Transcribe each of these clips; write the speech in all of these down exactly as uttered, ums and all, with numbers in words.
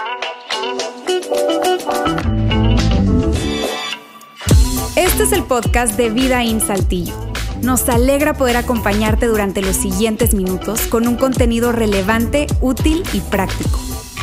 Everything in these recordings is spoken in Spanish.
Este es el podcast de Vida en Saltillo. Nos alegra poder acompañarte durante los siguientes minutos con un contenido relevante, útil y práctico.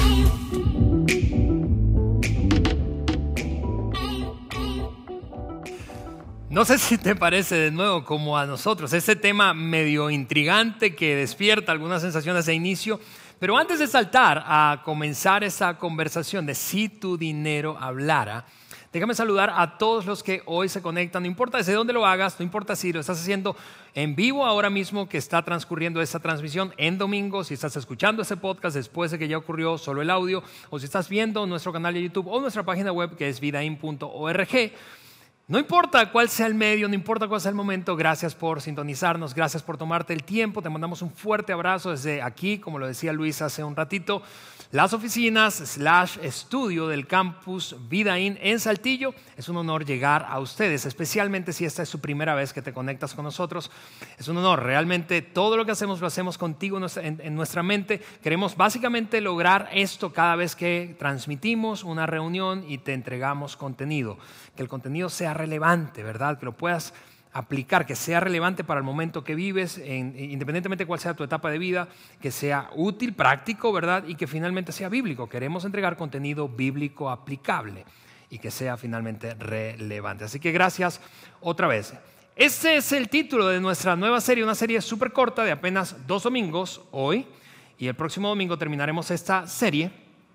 No sé si te parece de nuevo como a nosotros, ese tema medio intrigante que despierta algunas sensaciones de inicio, pero antes de saltar a comenzar esa conversación de si tu dinero hablara, déjame saludar a todos los que hoy se conectan, no importa desde dónde lo hagas, no importa si lo estás haciendo en vivo ahora mismo que está transcurriendo esta transmisión en domingo, si estás escuchando este podcast después de que ya ocurrió solo el audio, o si estás viendo nuestro canal de YouTube o nuestra página web que es vidain punto org. No importa cuál sea el medio, no importa cuál sea el momento, gracias por sintonizarnos, gracias por tomarte el tiempo. Te mandamos un fuerte abrazo desde aquí, como lo decía Luis hace un ratito, las oficinas slash estudio del campus Vidain en Saltillo. Es un honor llegar a ustedes, especialmente si esta es su primera vez que te conectas con nosotros. Es un honor, realmente todo lo que hacemos lo hacemos contigo en nuestra, en, en nuestra mente. Queremos básicamente lograr esto cada vez que transmitimos una reunión y te entregamos contenido. Que el contenido sea relevante, ¿verdad? Que lo puedas aplicar, que sea relevante para el momento que vives, en, independientemente de cuál sea tu etapa de vida, que sea útil, práctico, ¿verdad? Y que finalmente sea bíblico. Queremos entregar contenido bíblico aplicable y que sea finalmente relevante. Así que gracias otra vez. Este es el título de nuestra nueva serie, una serie súper corta de apenas dos domingos hoy, y el próximo domingo terminaremos esta serie.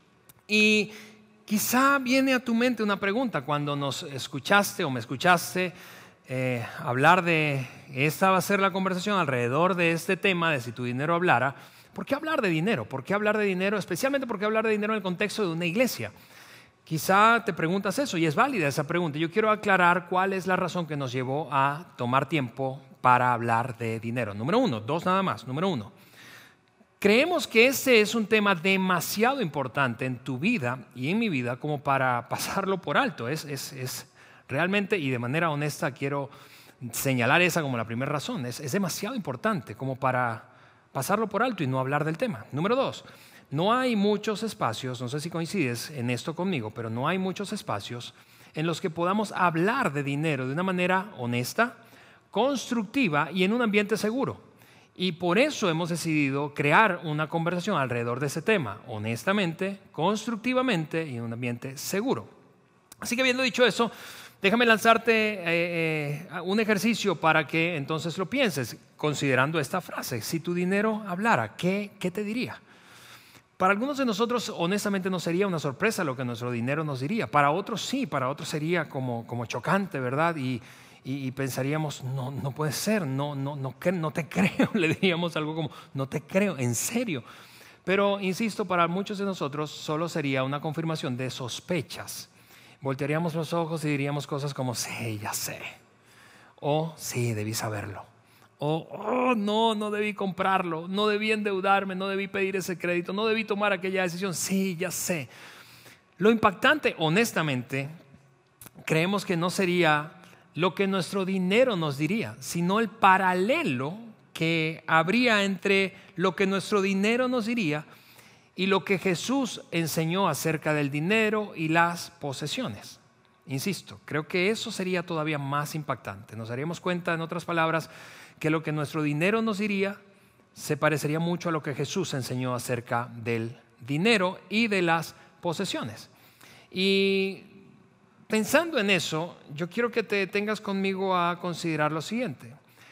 Y quizá viene a tu mente una pregunta cuando nos escuchaste o me escuchaste eh, hablar de, esta va a ser la conversación alrededor de este tema de si tu dinero hablara. ¿Por qué hablar de dinero? ¿Por qué hablar de dinero? Especialmente porque hablar de dinero en el contexto de una iglesia. Quizá te preguntas eso y es válida esa pregunta. Yo quiero aclarar cuál es la razón que nos llevó a tomar tiempo para hablar de dinero. Número uno, dos nada más. Número uno. Creemos que este es un tema demasiado importante en tu vida y en mi vida como para pasarlo por alto. Es, es, es realmente, y de manera honesta quiero señalar esa como la primera razón, es, es demasiado importante como para pasarlo por alto y no hablar del tema. Número dos, no hay muchos espacios, no sé si coincides en esto conmigo, pero no hay muchos espacios en los que podamos hablar de dinero de una manera honesta, constructiva y en un ambiente seguro. Y por eso hemos decidido crear una conversación alrededor de ese tema, honestamente, constructivamente y en un ambiente seguro. Así que habiendo dicho eso, déjame lanzarte eh, eh, un ejercicio para que entonces lo pienses, considerando esta frase. Si tu dinero hablara, ¿qué, qué te diría? Para algunos de nosotros, honestamente, no sería una sorpresa lo que nuestro dinero nos diría. Para otros sí, para otros sería como, como chocante, ¿verdad? Y Y, y pensaríamos, no, no puede ser, no, no, no, no te creo, le diríamos algo como, no te creo, en serio. Pero, insisto, para muchos de nosotros solo sería una confirmación de sospechas. Voltearíamos los ojos y diríamos cosas como, sí, ya sé. O, sí, debí saberlo. O, oh, no, no debí comprarlo, no debí endeudarme, no debí pedir ese crédito, no debí tomar aquella decisión, sí, ya sé. Lo impactante, honestamente, creemos que no sería lo que nuestro dinero nos diría, sino el paralelo que habría entre lo que nuestro dinero nos diría y lo que Jesús enseñó acerca del dinero y las posesiones. Insisto, creo que eso sería todavía más impactante. Nos daríamos cuenta, en otras palabras, que lo que nuestro dinero nos diría se parecería mucho a lo que Jesús enseñó acerca del dinero y de las posesiones. Y pensando en eso, yo quiero que te detengas conmigo a considerar lo siguiente.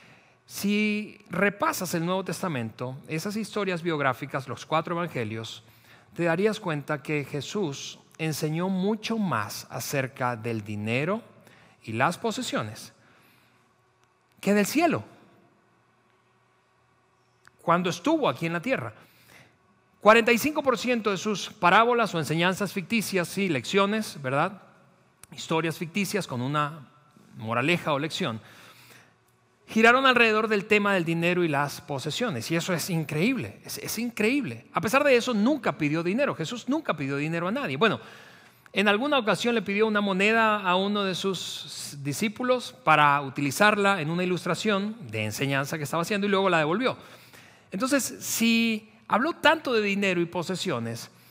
Si repasas el Nuevo Testamento, esas historias biográficas, los cuatro evangelios, te darías cuenta que Jesús enseñó mucho más acerca del dinero y las posesiones que del cielo, cuando estuvo aquí en la tierra. cuarenta y cinco por ciento de sus parábolas o enseñanzas ficticias, sí, lecciones, ¿verdad?, historias ficticias con una moraleja o lección, giraron alrededor del tema del dinero y las posesiones. Y eso es increíble, es, es increíble. A pesar de eso, nunca pidió dinero. Jesús nunca pidió dinero a nadie. Bueno, en alguna ocasión le pidió una moneda a uno de sus discípulos para utilizarla en una ilustración de enseñanza que estaba haciendo y luego la devolvió. Entonces, si habló tanto de dinero y posesiones,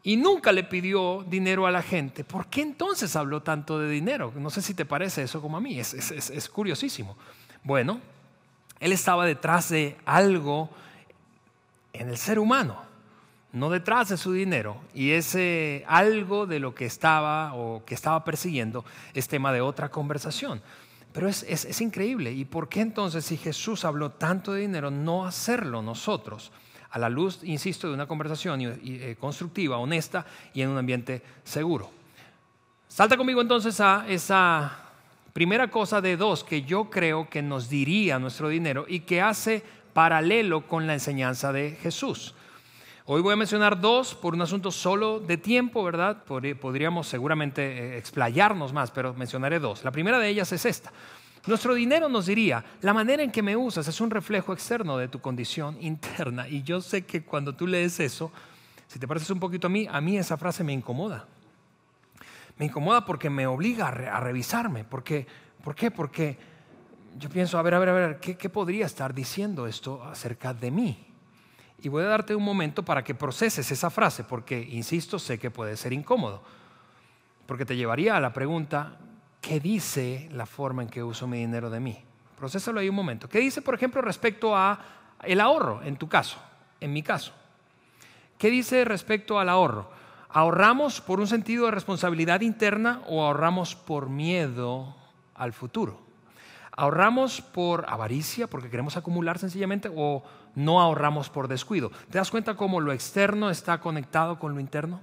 y nunca le pidió dinero a la gente, ¿por qué entonces habló tanto de dinero? No sé si te parece eso como a mí, es, es, es, es curiosísimo. Bueno, él estaba detrás de algo en el ser humano, no detrás de su dinero, y ese algo de lo que estaba o que estaba persiguiendo es tema de otra conversación. Pero es, es, es increíble. ¿Y por qué entonces, si Jesús habló tanto de dinero, no hacerlo nosotros? A la luz, insisto, de una conversación y, y, eh, constructiva, honesta y en un ambiente seguro. Salta conmigo entonces a esa primera cosa de dos que yo creo que nos diría nuestro dinero y que hace paralelo con la enseñanza de Jesús. Hoy voy a mencionar dos por un asunto solo de tiempo, ¿verdad? Podríamos seguramente explayarnos más, pero mencionaré dos. La primera de ellas es esta. Nuestro dinero nos diría, la manera en que me usas es un reflejo externo de tu condición interna. Y yo sé que cuando tú lees eso, si te pareces un poquito a mí, a mí esa frase me incomoda. Me incomoda porque me obliga a, re, a revisarme. Porque, ¿Por qué? Porque yo pienso, a ver, a ver, a ver, ¿qué, ¿qué podría estar diciendo esto acerca de mí? Y voy a darte un momento para que proceses esa frase, porque, insisto, sé que puede ser incómodo. Porque te llevaría a la pregunta, ¿qué dice la forma en que uso mi dinero de mí? Procésalo ahí un momento. ¿Qué dice, por ejemplo, respecto a el ahorro, en tu caso, en mi caso? ¿Qué dice respecto al ahorro? ¿Ahorramos por un sentido de responsabilidad interna o ahorramos por miedo al futuro? ¿Ahorramos por avaricia, porque queremos acumular sencillamente, o no ahorramos por descuido? ¿Te das cuenta cómo lo externo está conectado con lo interno?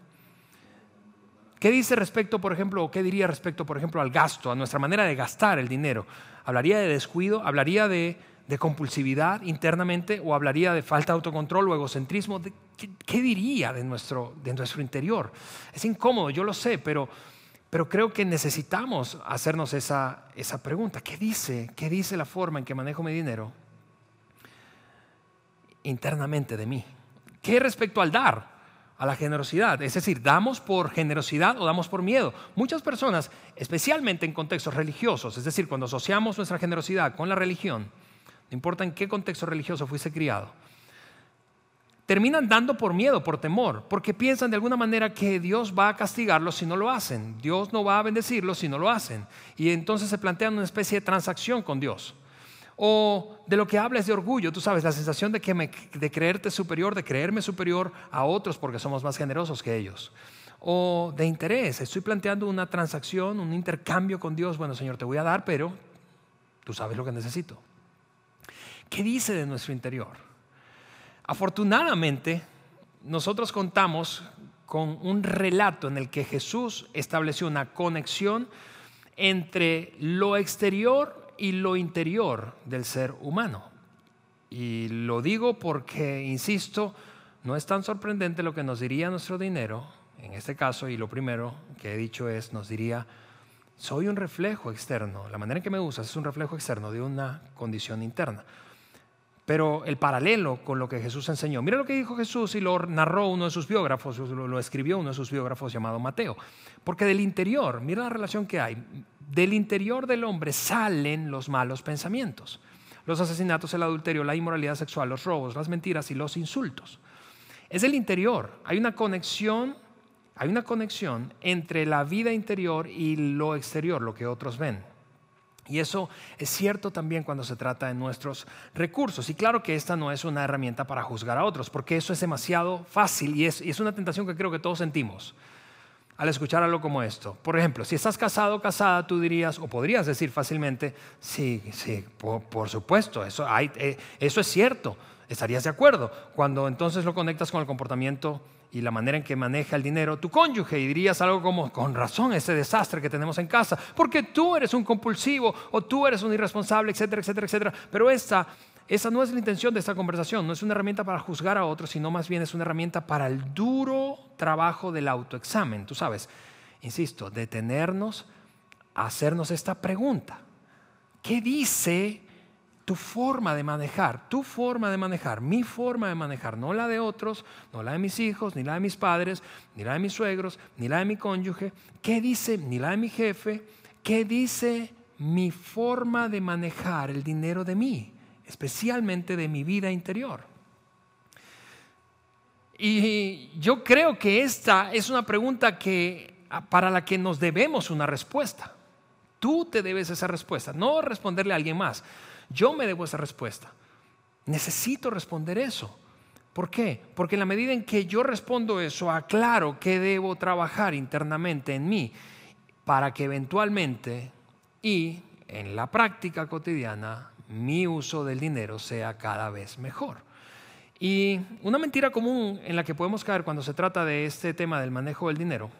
¿Qué dice respecto, por ejemplo, o qué diría respecto, por ejemplo, al gasto, a nuestra manera de gastar el dinero? ¿Hablaría de descuido? ¿Hablaría de, de compulsividad internamente? ¿O hablaría de falta de autocontrol o egocentrismo? ¿De, qué, ¿Qué diría de nuestro, de nuestro interior? Es incómodo, yo lo sé, pero, pero creo que necesitamos hacernos esa, esa pregunta. ¿Qué dice? ¿Qué dice la forma en que manejo mi dinero internamente de mí? ¿Qué respecto al dar? A la generosidad, es decir, ¿damos por generosidad o damos por miedo? Muchas personas, especialmente en contextos religiosos, es decir, cuando asociamos nuestra generosidad con la religión, no importa en qué contexto religioso fuiste criado, terminan dando por miedo, por temor, porque piensan de alguna manera que Dios va a castigarlos si no lo hacen, Dios no va a bendecirlos si no lo hacen, y entonces se plantean una especie de transacción con Dios. O de lo que habla es de orgullo, tú sabes, la sensación de, que me, de creerte superior, de creerme superior a otros porque somos más generosos que ellos. O de interés, estoy planteando una transacción, un intercambio con Dios. Bueno, Señor, te voy a dar, pero tú sabes lo que necesito. ¿Qué dice de nuestro interior? Afortunadamente, nosotros contamos con un relato en el que Jesús estableció una conexión entre lo exterior y lo interior del ser humano. Y lo digo porque, insisto, no es tan sorprendente lo que nos diría nuestro dinero, en este caso, y lo primero que he dicho es, nos diría, soy un reflejo externo, la manera en que me usas es un reflejo externo de una condición interna. Pero el paralelo con lo que Jesús enseñó, mira lo que dijo Jesús y lo narró uno de sus biógrafos, lo, lo escribió uno de sus biógrafos llamado Mateo, porque del interior, mira la relación que hay, del interior del hombre salen los malos pensamientos, los asesinatos, el adulterio, la inmoralidad sexual, los robos, las mentiras y los insultos. Es del interior, hay una conexión, hay una conexión entre la vida interior y lo exterior, lo que otros ven. Y eso es cierto también cuando se trata de nuestros recursos. Y claro que esta no es una herramienta para juzgar a otros, porque eso es demasiado fácil y es, y es una tentación que creo que todos sentimos al escuchar algo como esto. Por ejemplo, si estás casado o casada, tú dirías, o podrías decir fácilmente, sí, sí, por, por supuesto, eso, hay, eh, eso es cierto, estarías de acuerdo. Cuando entonces lo conectas con el comportamiento y la manera en que maneja el dinero tu cónyuge, y dirías algo como, con razón, ese desastre que tenemos en casa, porque tú eres un compulsivo o tú eres un irresponsable, etcétera, etcétera, etcétera. Pero esta, esa no es la intención de esta conversación, no es una herramienta para juzgar a otros, sino más bien es una herramienta para el duro trabajo del autoexamen. Tú sabes, insisto, detenernos a hacernos esta pregunta. ¿Qué dice tu forma de manejar, tu forma de manejar, mi forma de manejar, no la de otros, no la de mis hijos, ni la de mis padres, ni la de mis suegros, ni la de mi cónyuge? ¿Qué dice, ni la de mi jefe? ¿Qué dice mi forma de manejar el dinero de mí, especialmente de mi vida interior? Y yo creo que esta es una pregunta que, para la que nos debemos una respuesta. Tú te debes esa respuesta, no responderle a alguien más. Yo me debo esa respuesta. Necesito responder eso. ¿Por qué? Porque en la medida en que yo respondo eso, aclaro que debo trabajar internamente en mí para que eventualmente y en la práctica cotidiana mi uso del dinero sea cada vez mejor. Y una mentira común en la que podemos caer cuando se trata de este tema del manejo del dinero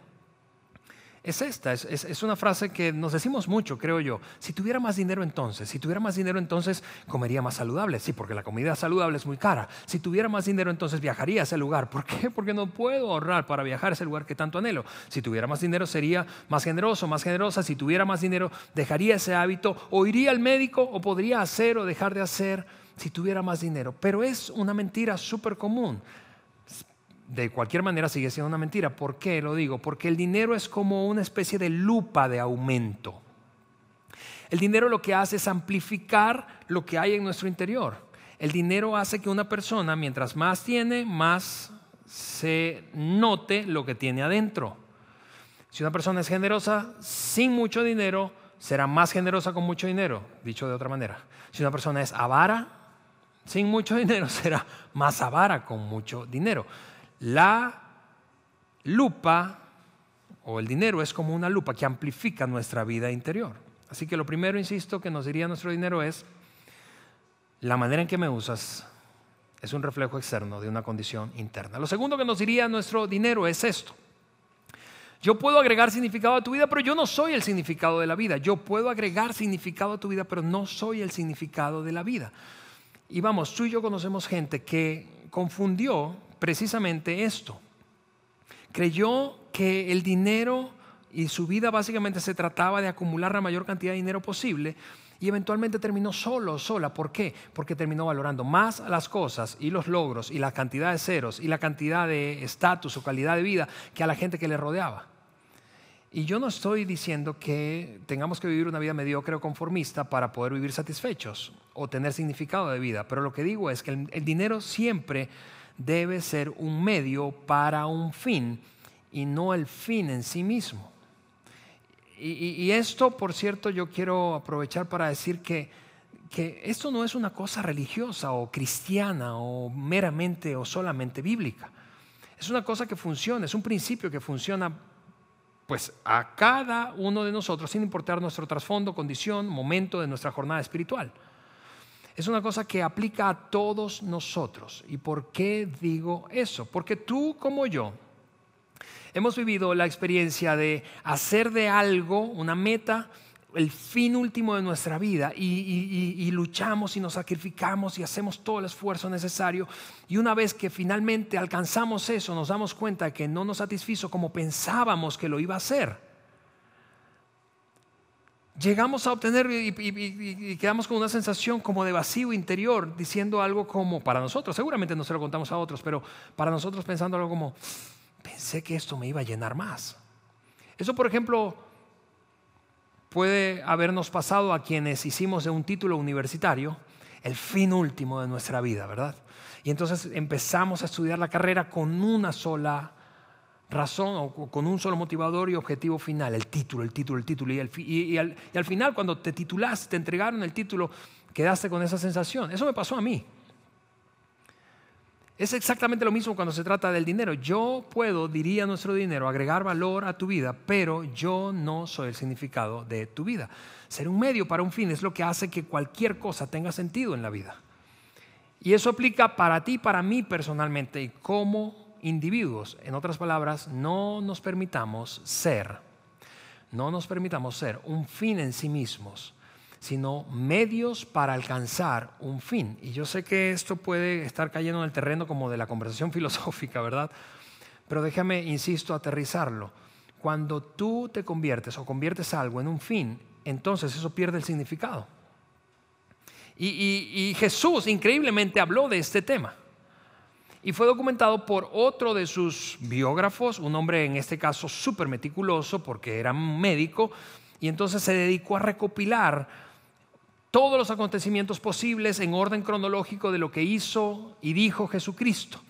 es esta, es, es, es una frase que nos decimos mucho, creo yo. Si tuviera más dinero entonces, si tuviera más dinero entonces comería más saludable. Sí, porque la comida saludable es muy cara. Si tuviera más dinero entonces viajaría a ese lugar. ¿Por qué? Porque no puedo ahorrar para viajar a ese lugar que tanto anhelo. Si tuviera más dinero sería más generoso, más generosa. Si tuviera más dinero dejaría ese hábito o iría al médico o podría hacer o dejar de hacer si tuviera más dinero. Pero es una mentira súper común. De cualquier manera sigue siendo una mentira. ¿Por qué lo digo? Porque el dinero es como una especie de lupa de aumento. El dinero lo que hace es amplificar lo que hay en nuestro interior. El dinero hace que una persona, mientras más tiene, más se note lo que tiene adentro. Si una persona es generosa sin mucho dinero, será más generosa con mucho dinero, dicho de otra manera. Si una persona es avara sin mucho dinero, será más avara con mucho dinero. La lupa o el dinero es como una lupa que amplifica nuestra vida interior. Así que lo primero, insisto, que nos diría nuestro dinero es: la manera en que me usas es un reflejo externo de una condición interna. Lo segundo que nos diría nuestro dinero es esto: yo puedo agregar significado a tu vida, pero yo no soy el significado de la vida. Yo puedo agregar significado a tu vida, pero no soy el significado de la vida. Y vamos, tú y yo conocemos gente que confundió precisamente esto. Creyó que el dinero y su vida básicamente se trataba de acumular la mayor cantidad de dinero posible y eventualmente terminó solo, sola. ¿Por qué? Porque terminó valorando más las cosas y los logros y la cantidad de ceros y la cantidad de estatus o calidad de vida que a la gente que le rodeaba. Y yo no estoy diciendo que tengamos que vivir una vida mediocre o conformista para poder vivir satisfechos o tener significado de vida, pero lo que digo es que el, el dinero siempre debe ser un medio para un fin y no el fin en sí mismo. Y, y, y esto, por cierto, yo quiero aprovechar para decir que, que esto no es una cosa religiosa o cristiana o meramente o solamente bíblica. Es una cosa que funciona, es un principio que funciona pues a cada uno de nosotros, sin importar nuestro trasfondo, condición, momento de nuestra jornada espiritual. Es una cosa que aplica a todos nosotros. ¿Y por qué digo eso? Porque tú como yo hemos vivido la experiencia de hacer de algo una meta, el fin último de nuestra vida y, y, y, y luchamos y nos sacrificamos y hacemos todo el esfuerzo necesario, y una vez que finalmente alcanzamos eso nos damos cuenta de que no nos satisfizo como pensábamos que lo iba a hacer. Llegamos a obtener y, y, y, y quedamos con una sensación como de vacío interior, diciendo algo como, para nosotros, seguramente no se lo contamos a otros, pero para nosotros pensando algo como: pensé que esto me iba a llenar más. Eso, por ejemplo, puede habernos pasado a quienes hicimos de un título universitario el fin último de nuestra vida, ¿verdad? Y entonces empezamos a estudiar la carrera con una sola razón o con un solo motivador y objetivo final: el título, el título, el título. Y, el, y, y, al, y al final, cuando te titulaste, te entregaron el título, quedaste con esa sensación. Eso me pasó a mí. Es exactamente lo mismo cuando se trata del dinero. Yo puedo, diría nuestro dinero, agregar valor a tu vida, pero yo no soy el significado de tu vida. Ser un medio para un fin es lo que hace que cualquier cosa tenga sentido en la vida. Y eso aplica para ti y para mí personalmente y como individuos. En otras palabras, no nos permitamos ser, no nos permitamos ser un fin en sí mismos, sino medios para alcanzar un fin. Y yo sé que esto puede estar cayendo en el terreno como de la conversación filosófica, ¿verdad? Pero déjame, insisto, aterrizarlo. Cuando tú te conviertes o conviertes algo en un fin, entonces eso pierde el significado. Y, y, y Jesús increíblemente habló de este tema. Y fue documentado por otro de sus biógrafos, un hombre en este caso súper meticuloso porque era un médico, y entonces se dedicó a recopilar todos los acontecimientos posibles en orden cronológico de lo que hizo y dijo Jesucristo.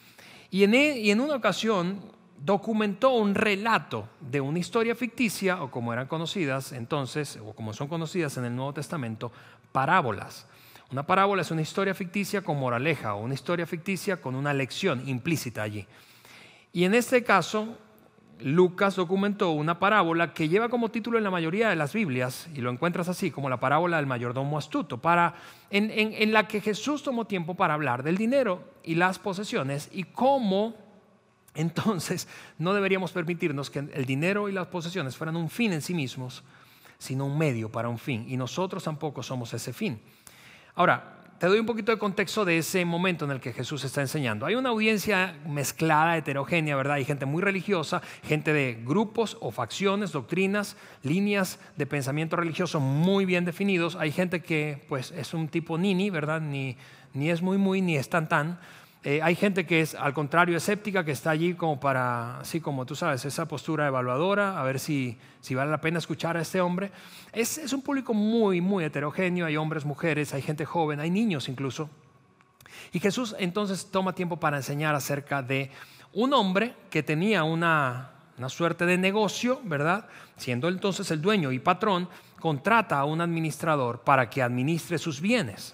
Y en, y en una ocasión documentó un relato de una historia ficticia, o como eran conocidas entonces, o como son conocidas en el Nuevo Testamento, parábolas. Una parábola es una historia ficticia con moraleja, o una historia ficticia con una lección implícita allí. Y en este caso, Lucas documentó una parábola que lleva como título en la mayoría de las Biblias, y lo encuentras así, como la parábola del mayordomo astuto, para, en, en, en la que Jesús tomó tiempo para hablar del dinero y las posesiones, y cómo entonces no deberíamos permitirnos que el dinero y las posesiones fueran un fin en sí mismos, sino un medio para un fin, y nosotros tampoco somos ese fin. Ahora, te doy un poquito de contexto de ese momento en el que Jesús está enseñando. Hay una audiencia mezclada, heterogénea, ¿verdad? Hay gente muy religiosa, gente de grupos o facciones, doctrinas, líneas de pensamiento religioso muy bien definidos. Hay gente que pues es un tipo nini, ¿verdad? Ni, ni es muy muy, ni es tan tan. Eh, hay gente que es al contrario escéptica, que está allí como para, así como tú sabes, esa postura evaluadora, a ver si, si vale la pena escuchar a este hombre. Es, es un público muy, muy heterogéneo, hay hombres, mujeres, hay gente joven, hay niños incluso. Y Jesús entonces toma tiempo para enseñar acerca de un hombre que tenía una, una suerte de negocio, ¿verdad? Siendo entonces el dueño y patrón, contrata a un administrador para que administre sus bienes.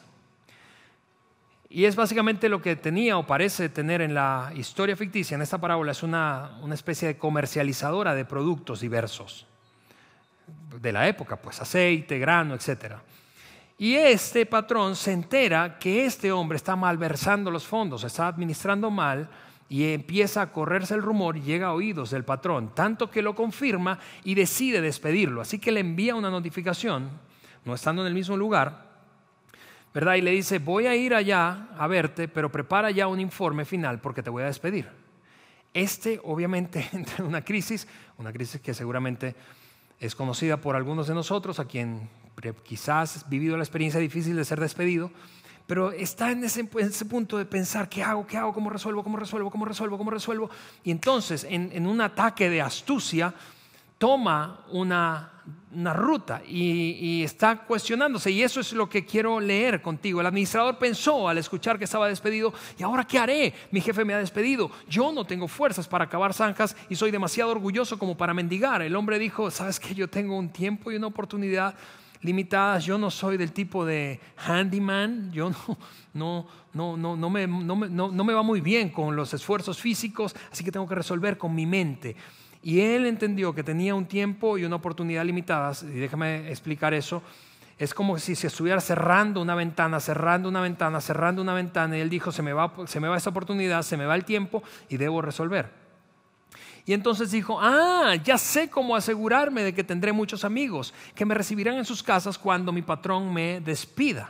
Y es básicamente lo que tenía o parece tener en la historia ficticia, en esta parábola, es una, una especie de comercializadora de productos diversos de la época, pues aceite, grano, etcétera. Y este patrón se entera que este hombre está malversando los fondos, está administrando mal, y empieza a correrse el rumor y llega a oídos del patrón, tanto que lo confirma y decide despedirlo. Así que le envía una notificación, no estando en el mismo lugar, ¿verdad? Y le dice, voy a ir allá a verte, pero prepara ya un informe final porque te voy a despedir. Este obviamente entra en una crisis, una crisis que seguramente es conocida por algunos de nosotros, a quien quizás ha vivido la experiencia difícil de ser despedido, pero está en ese, en ese punto de pensar, ¿qué hago? ¿Qué hago? ¿Cómo resuelvo? ¿Cómo resuelvo? ¿Cómo resuelvo? ¿Cómo resuelvo? Y entonces, en, en un ataque de astucia, toma una, una ruta y, y está cuestionándose, y eso es lo que quiero leer contigo. El administrador pensó al escuchar que estaba despedido, ¿y ahora qué haré? Mi jefe me ha despedido, yo no tengo fuerzas para cavar zanjas y soy demasiado orgulloso como para mendigar. El hombre dijo, ¿sabes qué? Yo tengo un tiempo y una oportunidad limitadas, yo no soy del tipo de handyman, yo no, no, no, no, no, me, no, me, no, no me va muy bien con los esfuerzos físicos, así que tengo que resolver con mi mente. Y él entendió que tenía un tiempo y una oportunidad limitadas, y déjame explicar eso. Es como si se estuviera cerrando una ventana, cerrando una ventana, cerrando una ventana, y él dijo, se me va, se me va esta oportunidad, se me va el tiempo y debo resolver. Y entonces dijo, ah, ya sé cómo asegurarme de que tendré muchos amigos que me recibirán en sus casas cuando mi patrón me despida.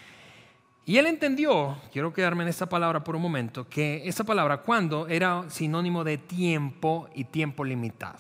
Y él entendió, quiero quedarme en esta palabra por un momento, que esta palabra cuando era sinónimo de tiempo y tiempo limitado.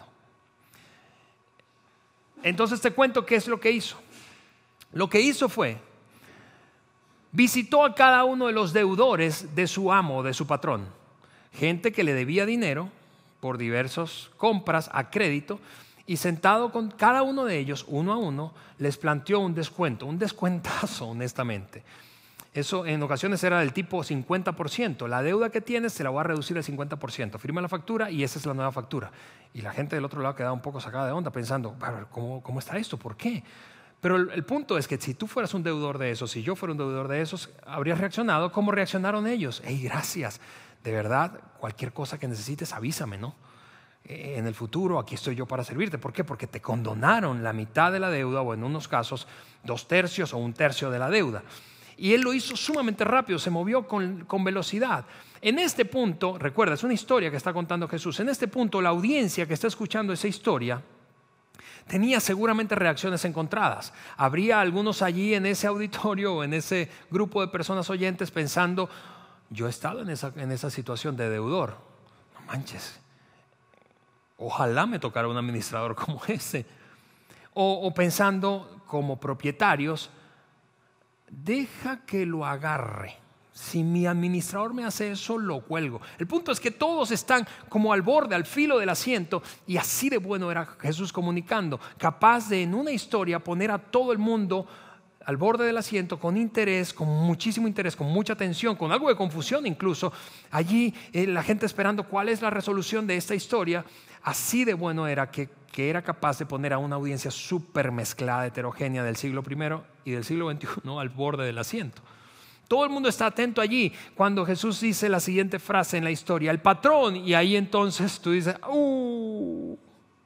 Entonces te cuento qué es lo que hizo. Lo que hizo fue, visitó a cada uno de los deudores de su amo, de su patrón. Gente que le debía dinero por diversas compras a crédito, y sentado con cada uno de ellos, uno a uno, les planteó un descuento, un descuentazo honestamente. Eso en ocasiones era del tipo cincuenta por ciento. La deuda que tienes te la voy a reducir al cincuenta por ciento. Firma la factura y esa es la nueva factura. Y la gente del otro lado quedaba un poco sacada de onda pensando, ¿cómo, cómo está esto? ¿Por qué? Pero el, el punto es que si tú fueras un deudor de esos, si yo fuera un deudor de esos, habrías reaccionado como reaccionaron ellos. Hey, gracias. De verdad, cualquier cosa que necesites, avísame, ¿no? Eh, en el futuro aquí estoy yo para servirte. ¿Por qué? Porque te condonaron la mitad de la deuda, o en unos casos dos tercios o un tercio de la deuda. Y él lo hizo sumamente rápido, se movió con, con velocidad. En este punto, recuerda, es una historia que está contando Jesús. En este punto, la audiencia que está escuchando esa historia tenía seguramente reacciones encontradas. Habría algunos allí en ese auditorio o en ese grupo de personas oyentes pensando, yo he estado en esa, en esa situación de deudor. No manches, ojalá me tocara un administrador como ese. O, o pensando como propietarios, deja que lo agarre. Si mi administrador me hace eso, lo cuelgo. El punto es que todos están como al borde, al filo del asiento, y así de bueno era Jesús comunicando, capaz de en una historia poner a todo el mundo al borde del asiento, con interés, con muchísimo interés, con mucha atención, con algo de confusión incluso. Allí eh, la gente esperando cuál es la resolución de esta historia. Así de bueno era que, que era capaz de poner a una audiencia súper mezclada, heterogénea del siglo primero y del siglo veintiuno al borde del asiento. Todo el mundo está atento allí cuando Jesús dice la siguiente frase en la historia: el patrón. Y ahí entonces tú dices, ¡uh!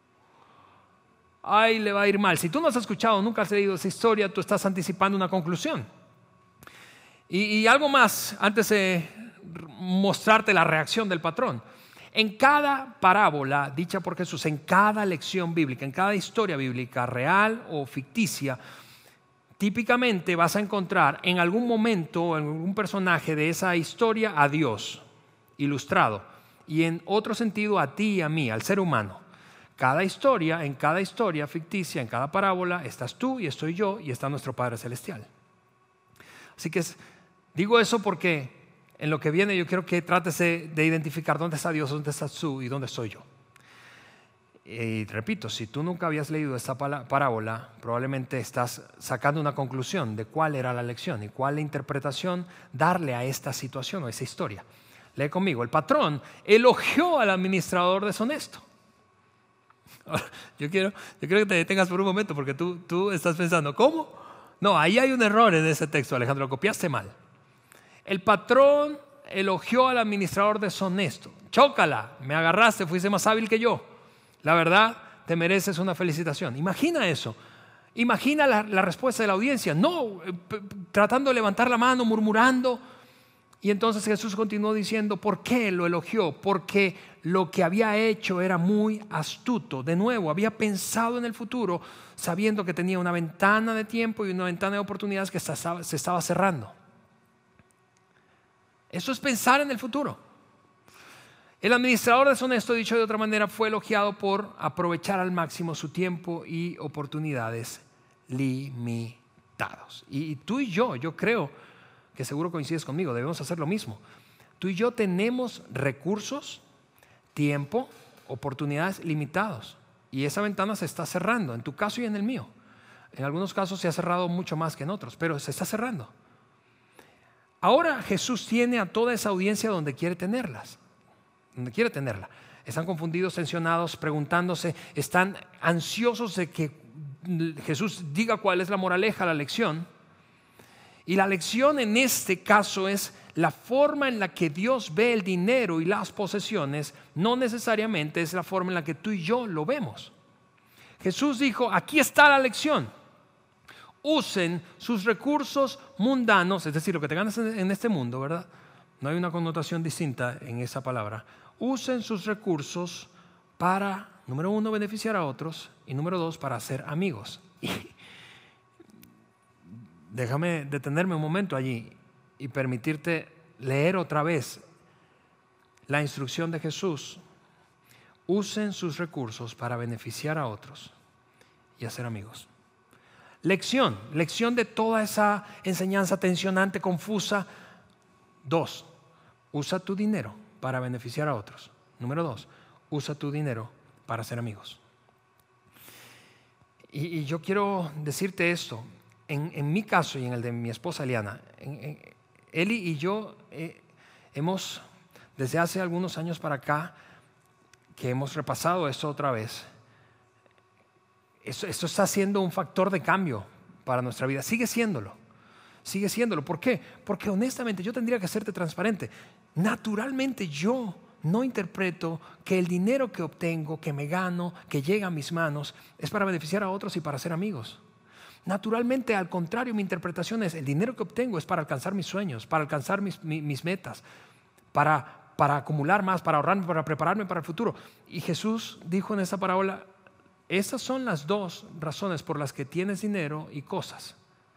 Ahí le va a ir mal. Si tú no has escuchado, nunca has leído esa historia, tú estás anticipando una conclusión. Y, y algo más antes de mostrarte la reacción del patrón. En cada parábola dicha por Jesús, en cada lección bíblica, en cada historia bíblica, real o ficticia, típicamente vas a encontrar en algún momento, en algún personaje de esa historia, a Dios ilustrado. Y en otro sentido a ti y a mí, al ser humano. Cada historia, en cada historia ficticia, en cada parábola, estás tú y estoy yo y está nuestro Padre Celestial. Así que es, digo eso porque en lo que viene yo quiero que trates de, de identificar dónde está Dios, dónde estás tú y dónde estoy yo. Y repito, si tú nunca habías leído esta parábola, probablemente estás sacando una conclusión de cuál era la lección y cuál la interpretación darle a esta situación o a esa historia. Lee conmigo: el patrón elogió al administrador deshonesto. Yo quiero, yo quiero que te detengas por un momento porque tú, tú estás pensando, ¿cómo? No, ahí hay un error en ese texto, Alejandro, lo copiaste mal. El patrón elogió al administrador deshonesto. Chócala, me agarraste, fuiste más hábil que yo. La verdad, te mereces una felicitación. Imagina eso. Imagina la, la respuesta de la audiencia. No, p- tratando de levantar la mano, murmurando. Y entonces Jesús continuó diciendo, ¿por qué lo elogió? Porque lo que había hecho era muy astuto. De nuevo, había pensado en el futuro, sabiendo que tenía una ventana de tiempo y una ventana de oportunidades que se estaba cerrando. Eso es pensar en el futuro. El administrador deshonesto, dicho de otra manera, fue elogiado por aprovechar al máximo su tiempo y oportunidades limitados. Y tú y yo, yo creo que seguro coincides conmigo, debemos hacer lo mismo. Tú y yo tenemos recursos, tiempo, oportunidades limitados. Y esa ventana se está cerrando, en tu caso y en el mío. En algunos casos se ha cerrado mucho más que en otros, pero se está cerrando. Ahora Jesús tiene a toda esa audiencia donde quiere tenerlas. Donde quiere tenerla. Están confundidos, tensionados, preguntándose, están ansiosos de que Jesús diga cuál es la moraleja, la lección. Y la lección en este caso es la forma en la que Dios ve el dinero y las posesiones, no necesariamente es la forma en la que tú y yo lo vemos. Jesús dijo, aquí está la lección. Usen sus recursos mundanos, es decir, lo que te ganas en este mundo, ¿verdad? No hay una connotación distinta en esa palabra. Usen sus recursos para, número uno, beneficiar a otros y número dos, para hacer amigos. Y déjame detenerme un momento allí y permitirte leer otra vez la instrucción de Jesús. Usen sus recursos para beneficiar a otros y hacer amigos. Lección, lección de toda esa enseñanza tensionante, confusa. Dos, usa tu dinero para beneficiar a otros. Número dos, usa tu dinero para hacer amigos. Y, y yo quiero decirte esto, en, en mi caso y en el de mi esposa Eliana, en, en, Eli y yo eh, hemos, desde hace algunos años para acá, que hemos repasado esto otra vez, esto, esto está siendo un factor de cambio para nuestra vida, sigue siéndolo. Sigue siéndolo. ¿Por qué? Porque honestamente yo tendría que serte transparente. Naturalmente yo no interpreto que el dinero que obtengo, que me gano, que llega a mis manos, es para beneficiar a otros y para ser amigos. Naturalmente, al contrario, mi interpretación es el dinero que obtengo es para alcanzar mis sueños, para alcanzar mis, mis, mis metas, para, para acumular más, para ahorrarme, para prepararme para el futuro. Y Jesús dijo en esa parábola, esas son las dos razones por las que tienes dinero y cosas.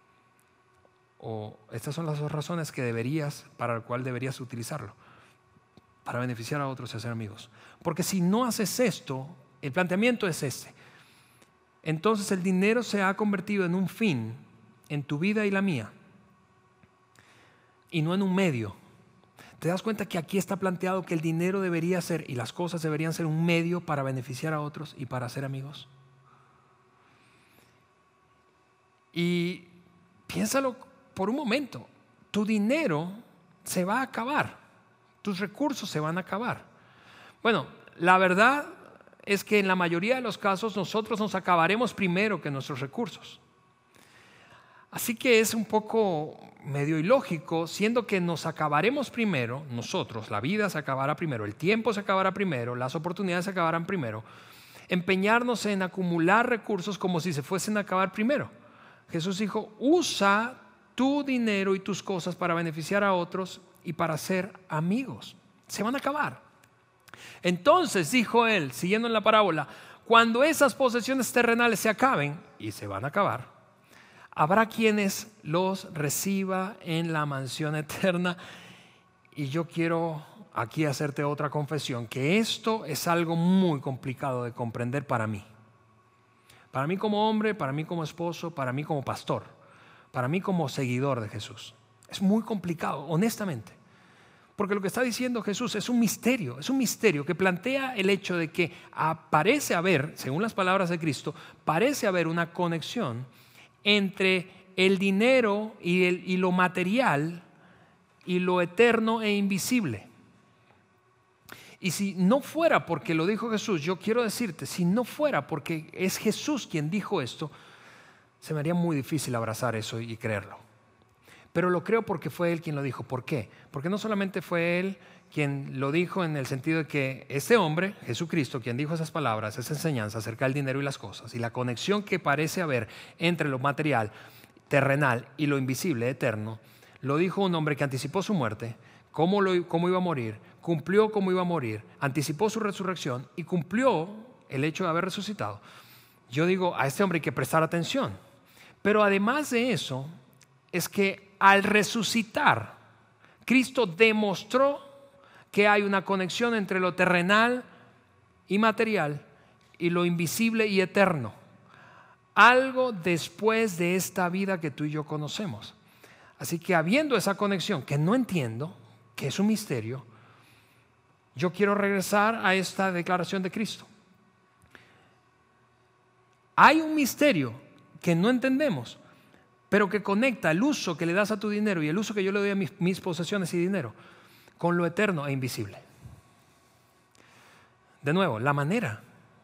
O estas son las dos razones que deberías, para el cual deberías utilizarlo, para beneficiar a otros y hacer amigos. Porque si no haces esto, el planteamiento es este. Entonces el dinero se ha convertido en un fin en tu vida y la mía, y no en un medio. ¿Te das cuenta que aquí está planteado que el dinero debería ser y las cosas deberían ser un medio para beneficiar a otros y para hacer amigos? Y piénsalo por un momento. Tu dinero se va a acabar. Tus recursos se van a acabar. Bueno, la verdad es que en la mayoría de los casos nosotros nos acabaremos primero que nuestros recursos. Así que es un poco medio ilógico, siendo que nos acabaremos primero, nosotros, la vida se acabará primero, el tiempo se acabará primero, las oportunidades se acabarán primero, empeñarnos en acumular recursos como si se fuesen a acabar primero. Jesús dijo, usa tu dinero y tus cosas para beneficiar a otros y para ser amigos. Se van a acabar. Entonces, dijo él, siguiendo en la parábola, cuando esas posesiones terrenales se acaben, y se van a acabar, habrá quienes los reciba en la mansión eterna. Y yo quiero aquí hacerte otra confesión, que esto es algo muy complicado de comprender para mí. Para mí como hombre, para mí como esposo, para mí como pastor, para mí como seguidor de Jesús. Es muy complicado, honestamente. Porque lo que está diciendo Jesús es un misterio, es un misterio que plantea el hecho de que parece haber, según las palabras de Cristo, parece haber una conexión entre el dinero y, el, y lo material y lo eterno e invisible. Y si no fuera porque lo dijo Jesús, yo quiero decirte, si no fuera porque es Jesús quien dijo esto, se me haría muy difícil abrazar eso y creerlo. Pero lo creo porque fue Él quien lo dijo. ¿Por qué? Porque no solamente fue Él quien lo dijo en el sentido de que este hombre, Jesucristo, quien dijo esas palabras, esa enseñanza acerca del dinero y las cosas, y la conexión que parece haber entre lo material, terrenal y lo invisible, eterno, lo dijo un hombre que anticipó su muerte, cómo, lo, cómo iba a morir, cumplió cómo iba a morir, anticipó su resurrección y cumplió el hecho de haber resucitado. Yo digo, a este hombre hay que prestar atención. Pero además de eso, es que al resucitar, Cristo demostró que hay una conexión entre lo terrenal y material y lo invisible y eterno. Algo después de esta vida que tú y yo conocemos. Así que habiendo esa conexión que no entiendo, que es un misterio, yo quiero regresar a esta declaración de Cristo. Hay un misterio que no entendemos, pero que conecta el uso que le das a tu dinero y el uso que yo le doy a mis, mis posesiones y dinero con lo eterno e invisible. De nuevo, la manera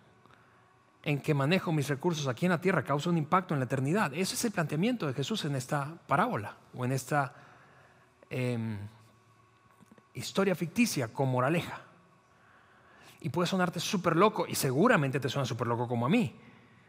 en que manejo mis recursos aquí en la tierra causa un impacto en la eternidad. Ese es el planteamiento de Jesús en esta parábola o en esta eh, historia ficticia con moraleja. Y puede sonarte súper loco, y seguramente te suena súper loco como a mí.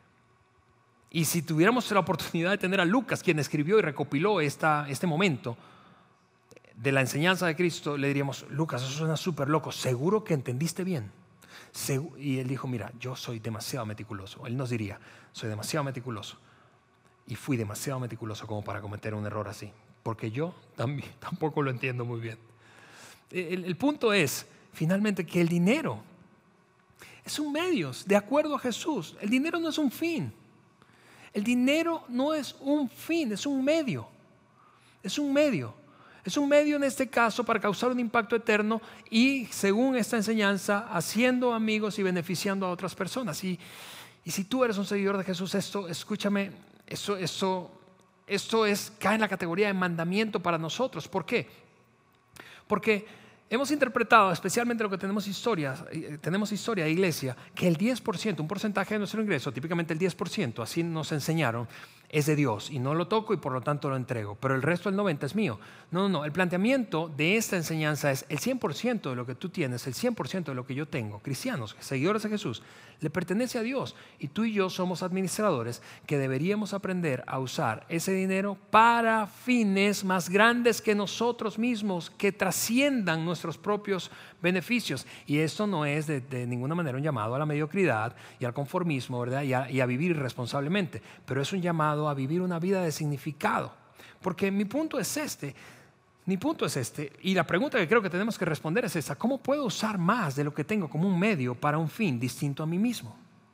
Y si tuviéramos la oportunidad de tener a Lucas, quien escribió y recopiló esta, este momento de la enseñanza de Cristo, le diríamos, Lucas, eso suena súper loco, ¿seguro que entendiste bien? Y él dijo, mira, yo soy demasiado meticuloso. Él nos diría, soy demasiado meticuloso. Y fui demasiado meticuloso como para cometer un error así, porque yo también, tampoco lo entiendo muy bien. El, el punto es, finalmente, que el dinero es un medio, de acuerdo a Jesús. El dinero no es un fin. El dinero no es un fin, es un medio. Es un medio. Es un medio en este caso para causar un impacto eterno y, según esta enseñanza, haciendo amigos y beneficiando a otras personas. Y, y si tú eres un seguidor de Jesús, esto, escúchame, esto, esto, esto es, cae en la categoría de mandamiento para nosotros. ¿Por qué? Porque hemos interpretado, especialmente lo que tenemos historia, tenemos historia de iglesia, que el diez por ciento, un porcentaje de nuestro ingreso, típicamente el diez por ciento, así nos enseñaron, es de Dios y no lo toco y por lo tanto lo entrego, pero el resto, el noventa por ciento es mío. No, no, no, el planteamiento de esta enseñanza es el cien por ciento de lo que tú tienes, el cien por ciento de lo que yo tengo, cristianos, seguidores de Jesús, le pertenece a Dios y tú y yo somos administradores que deberíamos aprender a usar ese dinero para fines más grandes que nosotros mismos, que trasciendan nuestros propios beneficios. Y esto no es de, de ninguna manera un llamado a la mediocridad y al conformismo, ¿verdad? Y a, y a vivir irresponsablemente, pero es un llamado a vivir una vida de significado. Porque mi punto es este, mi punto es este, y la pregunta que creo que tenemos que responder es esta: ¿cómo puedo usar más de lo que tengo como un medio para un fin distinto a mí mismo?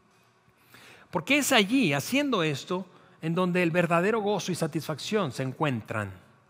Porque es allí, haciendo esto, en donde el verdadero gozo y satisfacción se encuentran.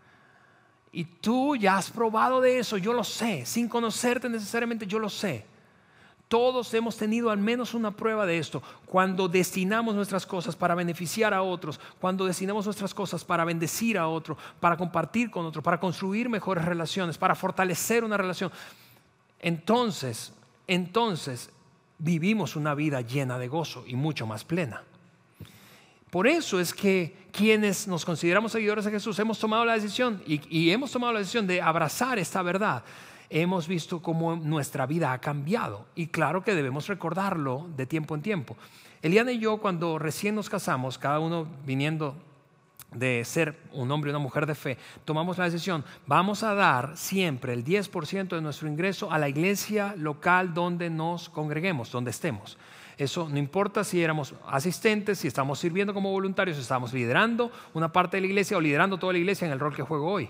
Y tú ya has probado de eso, yo lo sé, sin conocerte necesariamente, yo lo sé. Todos hemos tenido al menos una prueba de esto. Cuando destinamos nuestras cosas para beneficiar a otros, cuando destinamos nuestras cosas para bendecir a otro, para compartir con otro, para construir mejores relaciones, para fortalecer una relación, entonces, entonces vivimos una vida llena de gozo y mucho más plena. Por eso es que quienes nos consideramos seguidores de Jesús hemos tomado la decisión y, y hemos tomado la decisión de abrazar esta verdad. Hemos visto cómo nuestra vida ha cambiado y claro que debemos recordarlo de tiempo en tiempo. Eliana y yo, cuando recién nos casamos, cada uno viniendo de ser un hombre y una mujer de fe, tomamos la decisión, vamos a dar siempre el diez por ciento de nuestro ingreso a la iglesia local donde nos congreguemos, donde estemos. Eso no importa si éramos asistentes, si estamos sirviendo como voluntarios, si estamos liderando una parte de la iglesia o liderando toda la iglesia en el rol que juego hoy.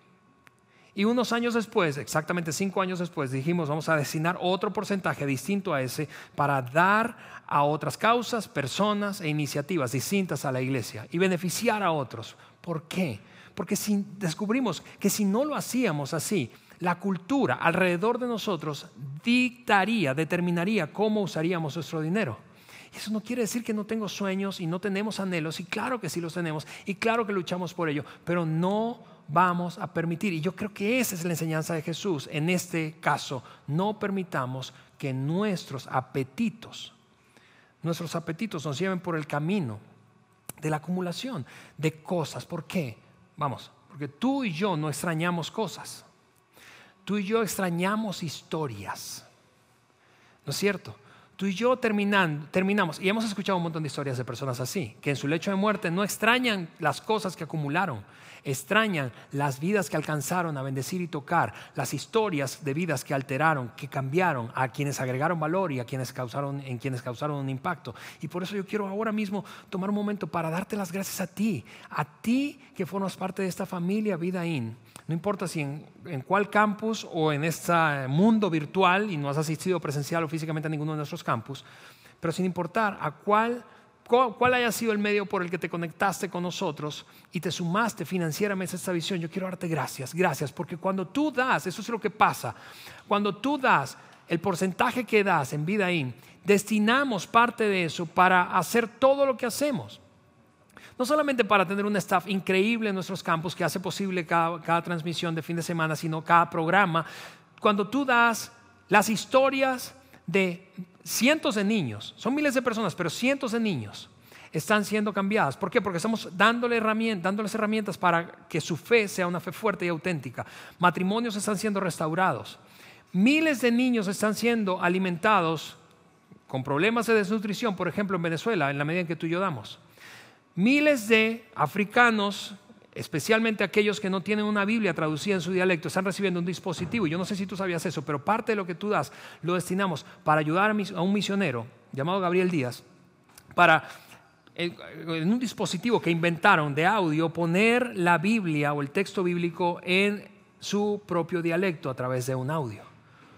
Y unos años después, exactamente cinco años después, dijimos vamos a destinar otro porcentaje distinto a ese para dar a otras causas, personas e iniciativas distintas a la iglesia y beneficiar a otros. ¿Por qué? Porque si descubrimos que si no lo hacíamos así, la cultura alrededor de nosotros dictaría, determinaría cómo usaríamos nuestro dinero. Y eso no quiere decir que no tengo sueños y no tenemos anhelos, y claro que sí los tenemos, y claro que luchamos por ello, pero no vamos a permitir, y yo creo que esa es la enseñanza de Jesús en este caso, no permitamos que nuestros apetitos, nuestros apetitos nos lleven por el camino de la acumulación de cosas. ¿Por qué? Vamos, porque tú y yo no extrañamos cosas, tú y yo extrañamos historias, ¿no es cierto? Tú y yo terminan, terminamos, y hemos escuchado un montón de historias de personas así, que en su lecho de muerte no extrañan las cosas que acumularon, extrañan las vidas que alcanzaron a bendecir y tocar, las historias de vidas que alteraron, que cambiaron, a quienes agregaron valor y a quienes causaron, en quienes causaron un impacto. Y por eso yo quiero ahora mismo tomar un momento para darte las gracias a ti, a ti que formas parte de esta familia Vida In. No importa si en, en cuál campus o en este mundo virtual y no has asistido presencial o físicamente a ninguno de nuestros campus, pero sin importar a cuál, cuál, cuál haya sido el medio por el que te conectaste con nosotros y te sumaste financieramente a esta visión, yo quiero darte gracias, gracias, porque cuando tú das, eso es lo que pasa, cuando tú das el porcentaje que das en Vida In, destinamos parte de eso para hacer todo lo que hacemos. No solamente para tener un staff increíble en nuestros campus que hace posible cada, cada transmisión de fin de semana, sino cada programa. Cuando tú das las historias de cientos de niños, son miles de personas, pero cientos de niños están siendo cambiadas. ¿Por qué? Porque estamos dándole herramientas, dándoles herramientas para que su fe sea una fe fuerte y auténtica. Matrimonios están siendo restaurados. Miles de niños están siendo alimentados con problemas de desnutrición, por ejemplo en Venezuela, en la medida en que tú y yo damos. Miles de africanos, especialmente aquellos que no tienen una Biblia traducida en su dialecto, están recibiendo un dispositivo. Yo no sé si tú sabías eso, pero parte de lo que tú das lo destinamos para ayudar a un misionero llamado Gabriel Díaz, para en un dispositivo que inventaron de audio poner la Biblia o el texto bíblico en su propio dialecto a través de un audio.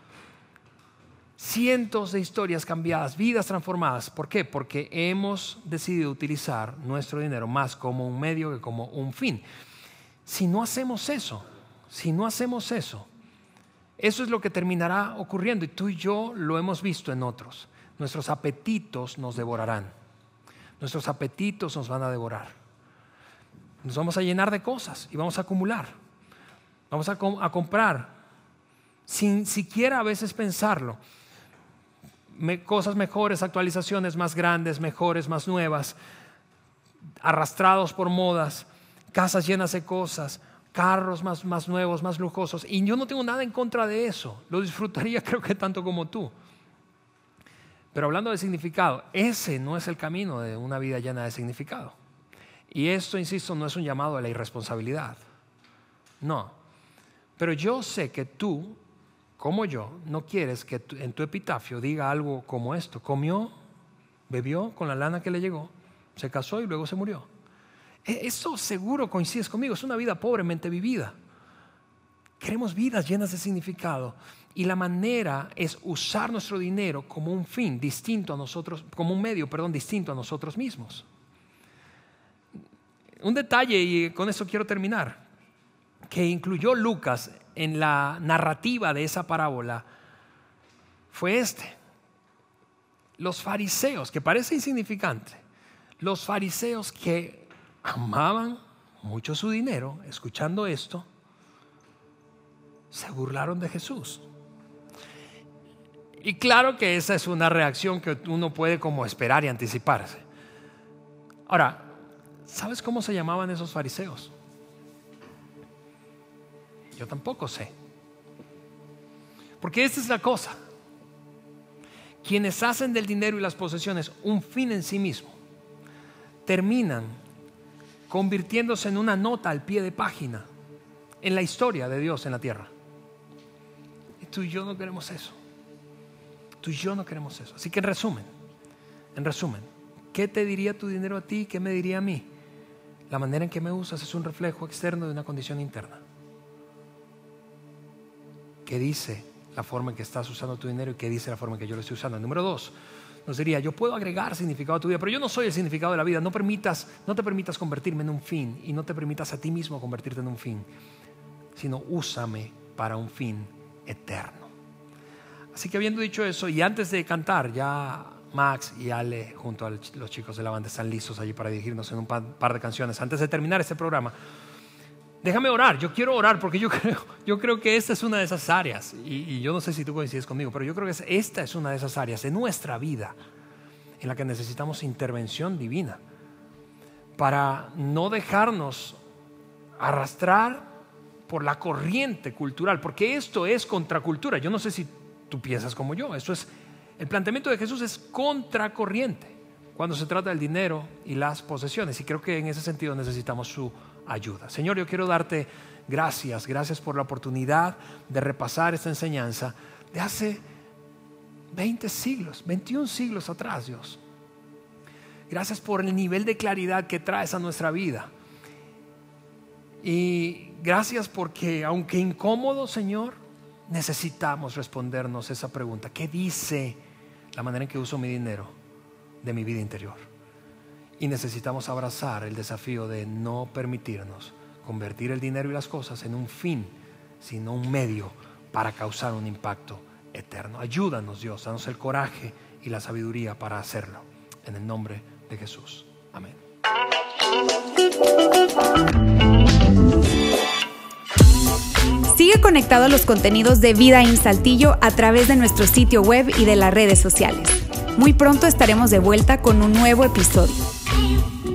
Cientos de historias cambiadas, vidas transformadas. ¿Por qué? Porque hemos decidido utilizar nuestro dinero más como un medio que como un fin. Si no hacemos eso, si no hacemos eso, eso es lo que terminará ocurriendo. Y tú y yo lo hemos visto en otros. Nuestros apetitos nos devorarán. Nuestros apetitos nos van a devorar. Nos vamos a llenar de cosas y vamos a acumular. Vamos a, com- a comprar sin siquiera a veces pensarlo. Me, cosas mejores, actualizaciones más grandes, mejores, más nuevas, arrastrados por modas, casas llenas de cosas, carros más, más nuevos, más lujosos. Y yo no tengo nada en contra de eso. Lo disfrutaría creo que tanto como tú. Pero hablando de significado, ese no es el camino de una vida llena de significado. Y esto, insisto, no es un llamado a la irresponsabilidad. No. Pero yo sé que tú, como yo, no quieres que en tu epitafio diga algo como esto: comió, bebió con la lana que le llegó, se casó y luego se murió. Eso seguro coincides conmigo, es una vida pobremente vivida. Queremos vidas llenas de significado y la manera es usar nuestro dinero como un fin distinto a nosotros, como un medio, perdón, distinto a nosotros mismos. Un detalle, y con esto quiero terminar, que incluyó Lucas en la narrativa de esa parábola fue este. Los fariseos, que parece insignificante, los fariseos que amaban mucho su dinero, escuchando esto, se burlaron de Jesús. Y claro que esa es una reacción que uno puede como esperar y anticiparse. Ahora, ¿sabes cómo se llamaban esos fariseos? Yo tampoco sé. Porque esta es la cosa. Quienes hacen del dinero y las posesiones un fin en sí mismo, terminan convirtiéndose en una nota al pie de página en la historia de Dios en la tierra. Y tú y yo no queremos eso. Tú y yo no queremos eso. Así que en resumen, en resumen, ¿qué te diría tu dinero a ti? ¿Qué me diría a mí? La manera en que me usas es un reflejo externo de una condición interna. ¿Qué dice la forma en que estás usando tu dinero y qué dice la forma en que yo lo estoy usando? Número dos, nos diría, yo puedo agregar significado a tu vida, pero yo no soy el significado de la vida. No permitas, no te permitas convertirme en un fin y no te permitas a ti mismo convertirte en un fin, sino úsame para un fin eterno. Así que habiendo dicho eso, y antes de cantar, ya Max y Ale junto a los chicos de la banda están listos allí para dirigirnos en un par de canciones. Antes de terminar este programa, déjame orar. Yo quiero orar porque yo creo, yo creo que esta es una de esas áreas, y, y yo no sé si tú coincides conmigo, pero yo creo que esta es una de esas áreas de nuestra vida en la que necesitamos intervención divina para no dejarnos arrastrar por la corriente cultural, porque esto es contracultura. Yo no sé si tú piensas como yo. Esto es, el planteamiento de Jesús es contracorriente cuando se trata del dinero y las posesiones, y creo que en ese sentido necesitamos su ayuda. Señor, yo quiero darte gracias, gracias por la oportunidad de repasar esta enseñanza de hace veinte siglos, veintiún siglos atrás, Dios. Gracias por el nivel de claridad que traes a nuestra vida. Y gracias porque, aunque incómodo, Señor, necesitamos respondernos esa pregunta. ¿Qué dice la manera en que uso mi dinero de mi vida interior? Y necesitamos abrazar el desafío de no permitirnos convertir el dinero y las cosas en un fin, sino un medio para causar un impacto eterno. Ayúdanos, Dios, danos el coraje y la sabiduría para hacerlo. En el nombre de Jesús. Amén. Sigue conectado a los contenidos de Vida en Saltillo a través de nuestro sitio web y de las redes sociales. Muy pronto estaremos de vuelta con un nuevo episodio.